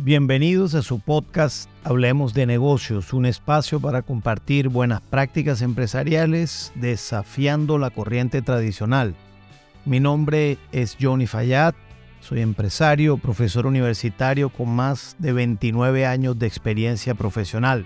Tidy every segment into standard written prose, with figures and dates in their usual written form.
Bienvenidos a su podcast Hablemos de Negocios, un espacio para compartir buenas prácticas empresariales desafiando la corriente tradicional. Mi nombre es Johnny Fayad, soy empresario, profesor universitario con más de 29 años de experiencia profesional.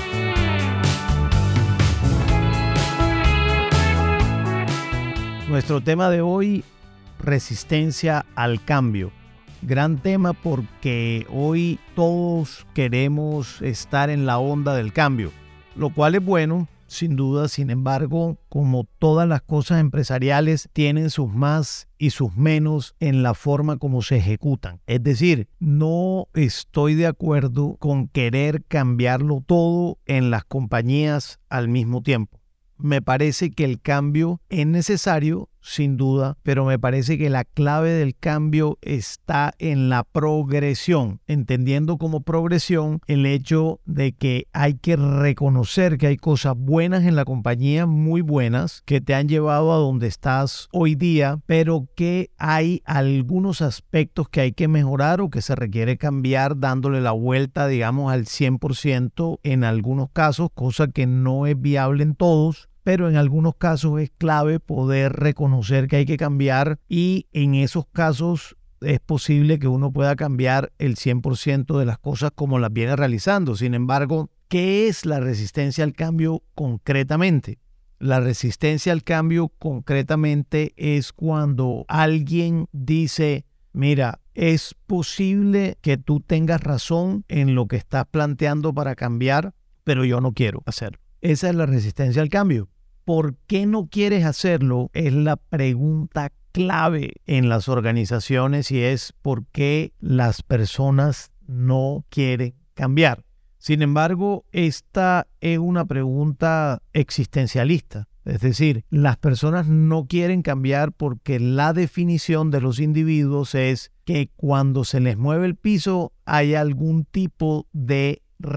Nuestro tema de hoy, resistencia al cambio. Gran tema porque hoy todos queremos estar en la onda del cambio, lo cual es bueno, sin duda. Sin embargo, como todas las cosas empresariales, tienen sus más y sus menos en la forma como se ejecutan. Es decir, no estoy de acuerdo con querer cambiarlo todo en las compañías al mismo tiempo. Me parece que el cambio es necesario, sin duda, pero me parece que la clave del cambio está en la progresión, entendiendo como progresión el hecho de que hay que reconocer que hay cosas buenas en la compañía, muy buenas, que te han llevado a donde estás hoy día, pero que hay algunos aspectos que hay que mejorar o que se requiere cambiar dándole la vuelta, digamos, al 100% en algunos casos, cosa que no es viable en todos. Pero en algunos casos es clave poder reconocer que hay que cambiar y en esos casos es posible que uno pueda cambiar el 100% de las cosas como las viene realizando. Sin embargo, ¿qué es la resistencia al cambio concretamente? La resistencia al cambio concretamente es cuando alguien dice, mira, es posible que tú tengas razón en lo que estás planteando para cambiar, pero yo no quiero hacerlo. Esa es la resistencia al cambio. ¿Por qué no quieres hacerlo? Es la pregunta clave en las organizaciones y es por qué las personas no quieren cambiar. Sin embargo, esta es una pregunta existencialista. Es decir, las personas no quieren cambiar porque la definición de los individuos es que cuando se les mueve el piso hay algún tipo de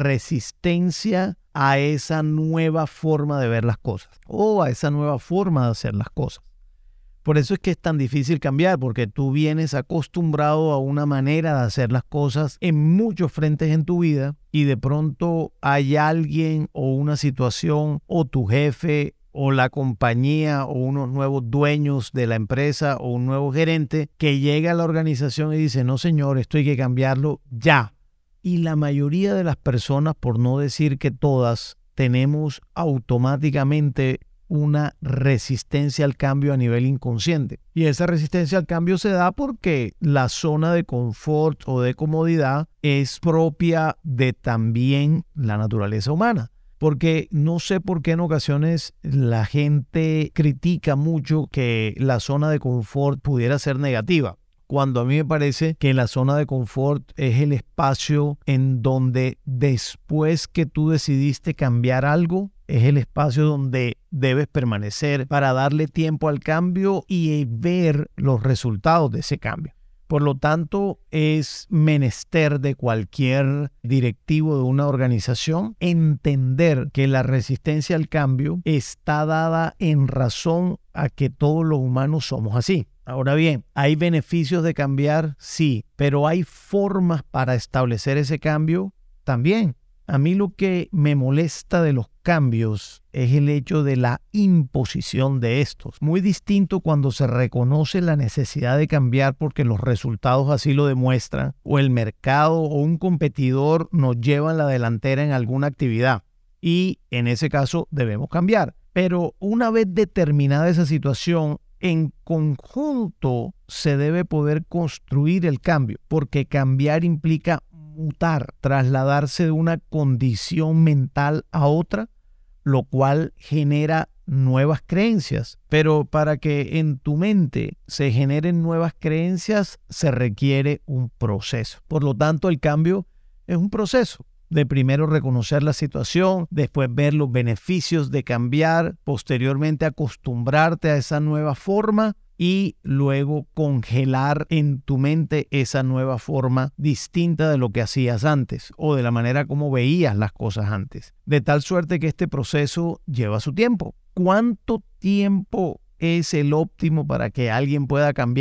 resistencia a esa nueva forma de ver las cosas o a esa nueva forma de hacer las cosas. Por eso es que es tan difícil cambiar, porque tú vienes acostumbrado a una manera de hacer las cosas en muchos frentes en tu vida y de pronto hay alguien o una situación o tu jefe o la compañía o unos nuevos dueños de la empresa o un nuevo gerente que llega a la organización y dice, no señor, esto hay que cambiarlo ya. Y la mayoría de las personas, por no decir que todas, tenemos automáticamente una resistencia al cambio a nivel inconsciente. Y esa resistencia al cambio se da porque la zona de confort o de comodidad es propia de también la naturaleza humana. Porque no sé por qué en ocasiones la gente critica mucho que la zona de confort pudiera ser negativa, cuando a mí me parece que la zona de confort es el espacio en donde después que tú decidiste cambiar algo, es el espacio donde debes permanecer para darle tiempo al cambio y ver los resultados de ese cambio. Por lo tanto, es menester de cualquier directivo de una organización entender que la resistencia al cambio está dada en razón a que todos los humanos somos así. Ahora bien, ¿hay beneficios de cambiar? Sí, pero ¿hay formas para establecer ese cambio? También. A mí lo que me molesta de los cambios es el hecho de la imposición de estos. Muy distinto cuando se reconoce la necesidad de cambiar porque los resultados así lo demuestran, o el mercado o un competidor nos llevan la delantera en alguna actividad y en ese caso debemos cambiar. Pero una vez determinada esa situación, en conjunto se debe poder construir el cambio, porque cambiar implica mutar, trasladarse de una condición mental a otra, lo cual genera nuevas creencias. Pero para que en tu mente se generen nuevas creencias se requiere un proceso. Por lo tanto, el cambio es un proceso. De primero reconocer la situación, después ver los beneficios de cambiar, posteriormente acostumbrarte a esa nueva forma y luego congelar en tu mente esa nueva forma distinta de lo que hacías antes o de la manera como veías las cosas antes. De tal suerte que este proceso lleva su tiempo. ¿Cuánto tiempo es el óptimo para que alguien pueda cambiar?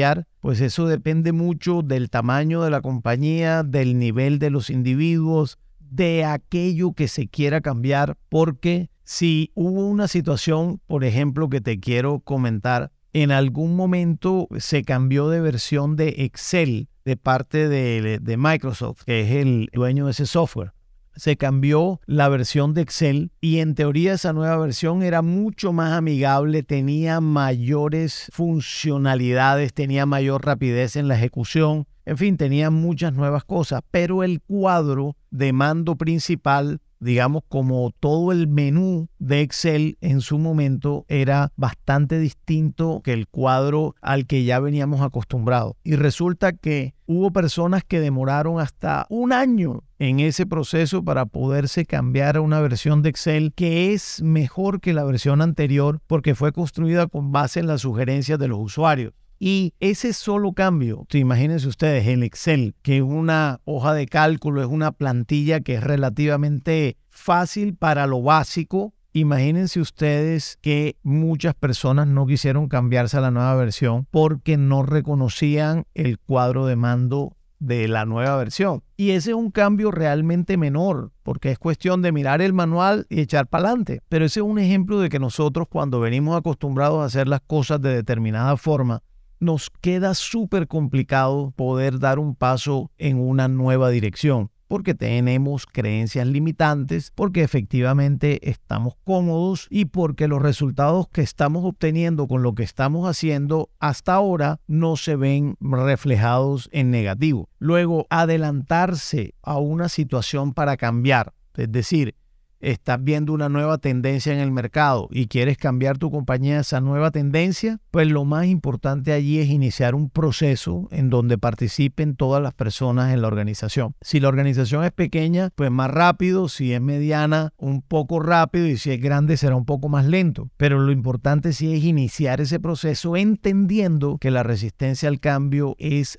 pues eso depende mucho del tamaño de la compañía, del nivel de los individuos, de aquello que se quiera cambiar, porque si hubo una situación, por ejemplo, que te quiero comentar, en algún momento se cambió de versión de Excel de parte de Microsoft, que es el dueño de ese software. Se cambió la versión de Excel y en teoría esa nueva versión era mucho más amigable, tenía mayores funcionalidades, tenía mayor rapidez en la ejecución, en fin, tenía muchas nuevas cosas, pero el cuadro de mando principal, digamos como todo el menú de Excel en su momento, era bastante distinto que el cuadro al que ya veníamos acostumbrados. Y resulta que hubo personas que demoraron hasta un año en ese proceso para poderse cambiar a una versión de Excel que es mejor que la versión anterior porque fue construida con base en las sugerencias de los usuarios. Y ese solo cambio, imagínense ustedes, el Excel, que es una hoja de cálculo, es una plantilla que es relativamente fácil para lo básico. Imagínense ustedes que muchas personas no quisieron cambiarse a la nueva versión porque no reconocían el cuadro de mando de la nueva versión. Y ese es un cambio realmente menor, porque es cuestión de mirar el manual y echar para adelante. Pero ese es un ejemplo de que nosotros, cuando venimos acostumbrados a hacer las cosas de determinada forma, nos queda súper complicado poder dar un paso en una nueva dirección, porque tenemos creencias limitantes, porque efectivamente estamos cómodos y porque los resultados que estamos obteniendo con lo que estamos haciendo hasta ahora no se ven reflejados en negativo. Luego, adelantarse a una situación para cambiar, es decir, estás viendo una nueva tendencia en el mercado y quieres cambiar tu compañía a esa nueva tendencia, pues lo más importante allí es iniciar un proceso en donde participen todas las personas en la organización. Si la organización es pequeña, pues más rápido; si es mediana, un poco rápido; y si es grande, será un poco más lento. Pero lo importante sí es iniciar ese proceso entendiendo que la resistencia al cambio es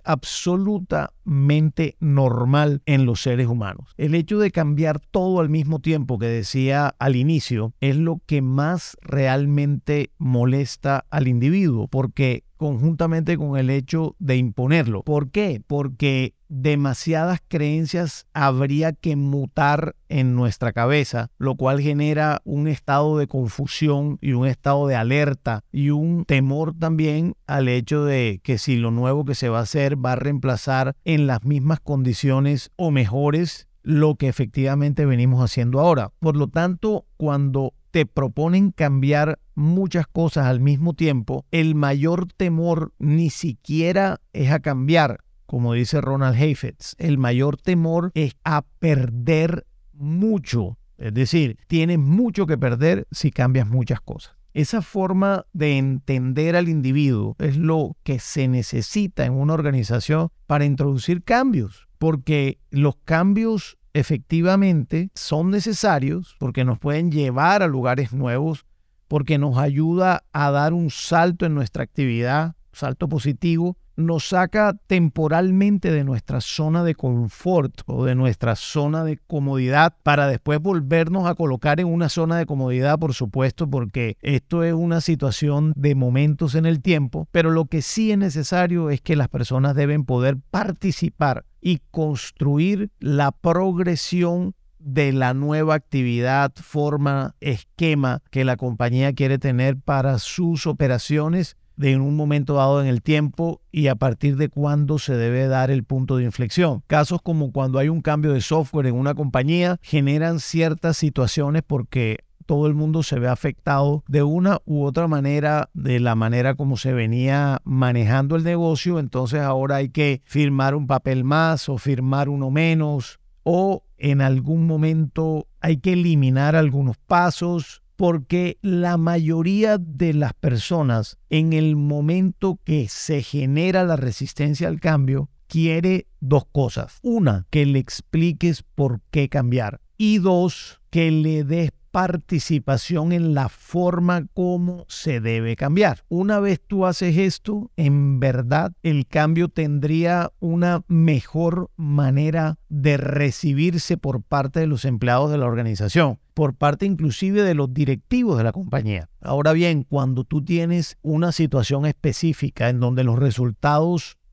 absolutamente normal en los seres humanos. El hecho de cambiar todo al mismo tiempo, que decía al inicio, es lo que más realmente molesta al individuo, porque conjuntamente con el hecho de imponerlo. ¿Por qué? Porque demasiadas creencias habría que mutar en nuestra cabeza, lo cual genera un estado de confusión y un estado de alerta y un temor también al hecho de que si lo nuevo que se va a hacer va a reemplazar en las mismas condiciones o mejores lo que efectivamente venimos haciendo ahora. Por lo tanto, cuando te proponen cambiar muchas cosas al mismo tiempo, el mayor temor ni siquiera es a cambiar, como dice Ronald Heifetz. El mayor temor es a perder mucho. Es decir, tienes mucho que perder si cambias muchas cosas. Esa forma de entender al individuo es lo que se necesita en una organización para introducir cambios, porque los cambios efectivamente son necesarios, porque nos pueden llevar a lugares nuevos, porque nos ayuda a dar un salto en nuestra actividad, salto positivo, nos saca temporalmente de nuestra zona de confort o de nuestra zona de comodidad para después volvernos a colocar en una zona de comodidad, por supuesto, porque esto es una situación de momentos en el tiempo, pero lo que sí es necesario es que las personas deben poder participar y construir la progresión de la nueva actividad, forma, esquema que la compañía quiere tener para sus operaciones en un momento dado en el tiempo y a partir de cuándo se debe dar el punto de inflexión. Casos como cuando hay un cambio de software en una compañía generan ciertas situaciones porque todo el mundo se ve afectado de una u otra manera, de la manera como se venía manejando el negocio. Entonces ahora hay que firmar un papel más o firmar uno menos, o en algún momento hay que eliminar algunos pasos, porque la mayoría de las personas en el momento que se genera la resistencia al cambio quiere dos cosas. Una, que le expliques por qué cambiar, y dos, que le des participación en la forma como se debe cambiar. Una vez tú haces esto, en verdad el cambio tendría una mejor manera de recibirse por parte de los empleados de la organización, por parte inclusive de los directivos de la compañía. Ahora bien, cuando tú tienes una situación específica en donde los resultados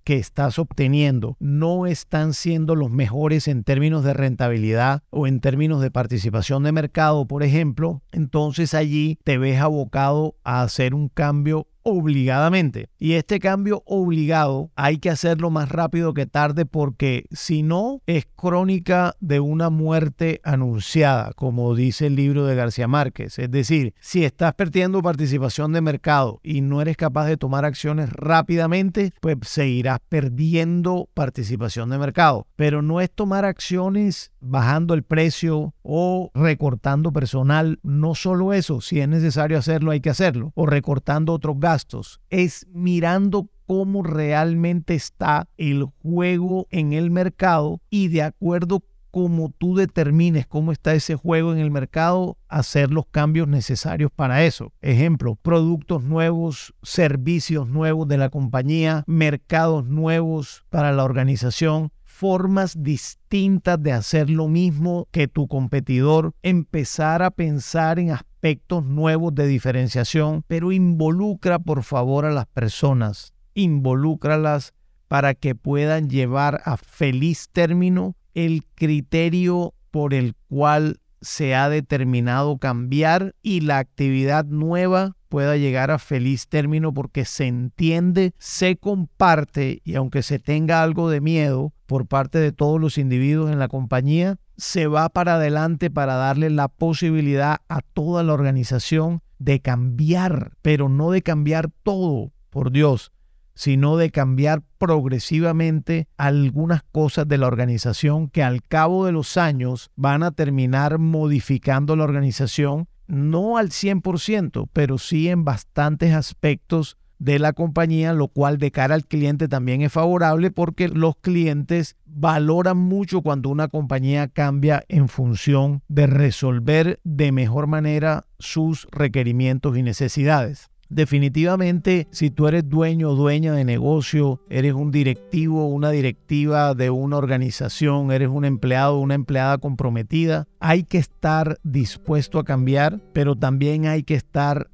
que estás obteniendo no están siendo los mejores en términos de rentabilidad o en términos de participación de mercado, por ejemplo, entonces allí te ves abocado a hacer un cambio obligadamente. Y este cambio obligado hay que hacerlo más rápido que tarde, porque si no es crónica de una muerte anunciada, como dice el libro de García Márquez. Es decir, si estás perdiendo participación de mercado y no eres capaz de tomar acciones rápidamente, pues seguirás perdiendo participación de mercado. Pero no es tomar acciones bajando el precio o recortando personal. No solo eso, si es necesario hacerlo, hay que hacerlo, o recortando otros gastos. Es mirando cómo realmente está el juego en el mercado y, de acuerdo como tú determines cómo está ese juego en el mercado, hacer los cambios necesarios para eso. Ejemplo, productos nuevos, servicios nuevos de la compañía, mercados nuevos para la organización, formas distintas de hacer lo mismo que tu competidor, empezar a pensar en aspectos nuevos de diferenciación, pero involucra por favor a las personas, involúcralas para que puedan llevar a feliz término el criterio por el cual se ha determinado cambiar y la actividad nueva pueda llegar a feliz término, porque se entiende, se comparte, y aunque se tenga algo de miedo por parte de todos los individuos en la compañía, se va para adelante para darle la posibilidad a toda la organización de cambiar, pero no de cambiar todo, por Dios, sino de cambiar progresivamente algunas cosas de la organización que al cabo de los años van a terminar modificando la organización, no al 100%, pero sí en bastantes aspectos de la compañía, lo cual de cara al cliente también es favorable, porque los clientes valoran mucho cuando una compañía cambia en función de resolver de mejor manera sus requerimientos y necesidades. Definitivamente, si tú eres dueño o dueña de negocio, eres un directivo o una directiva de una organización, eres un empleado o una empleada comprometida, hay que estar dispuesto a cambiar, pero también hay que estar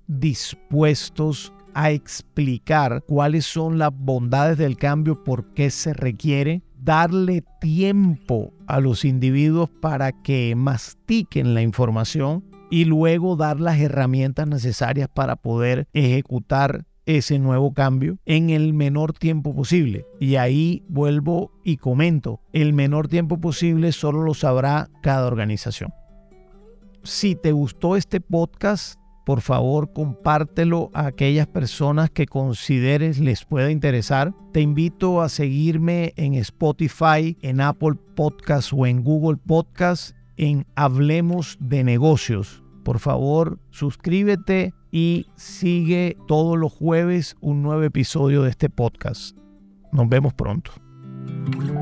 dispuestos a explicar cuáles son las bondades del cambio, por qué se requiere, darle tiempo a los individuos para que mastiquen la información y luego dar las herramientas necesarias para poder ejecutar ese nuevo cambio en el menor tiempo posible. Y ahí vuelvo y comento, el menor tiempo posible solo lo sabrá cada organización. Si te gustó este podcast, por favor, compártelo a aquellas personas que consideres les pueda interesar. Te invito a seguirme en Spotify, en Apple Podcasts o en Google Podcasts en Hablemos de Negocios. Por favor, suscríbete y sigue todos los jueves un nuevo episodio de este podcast. Nos vemos pronto.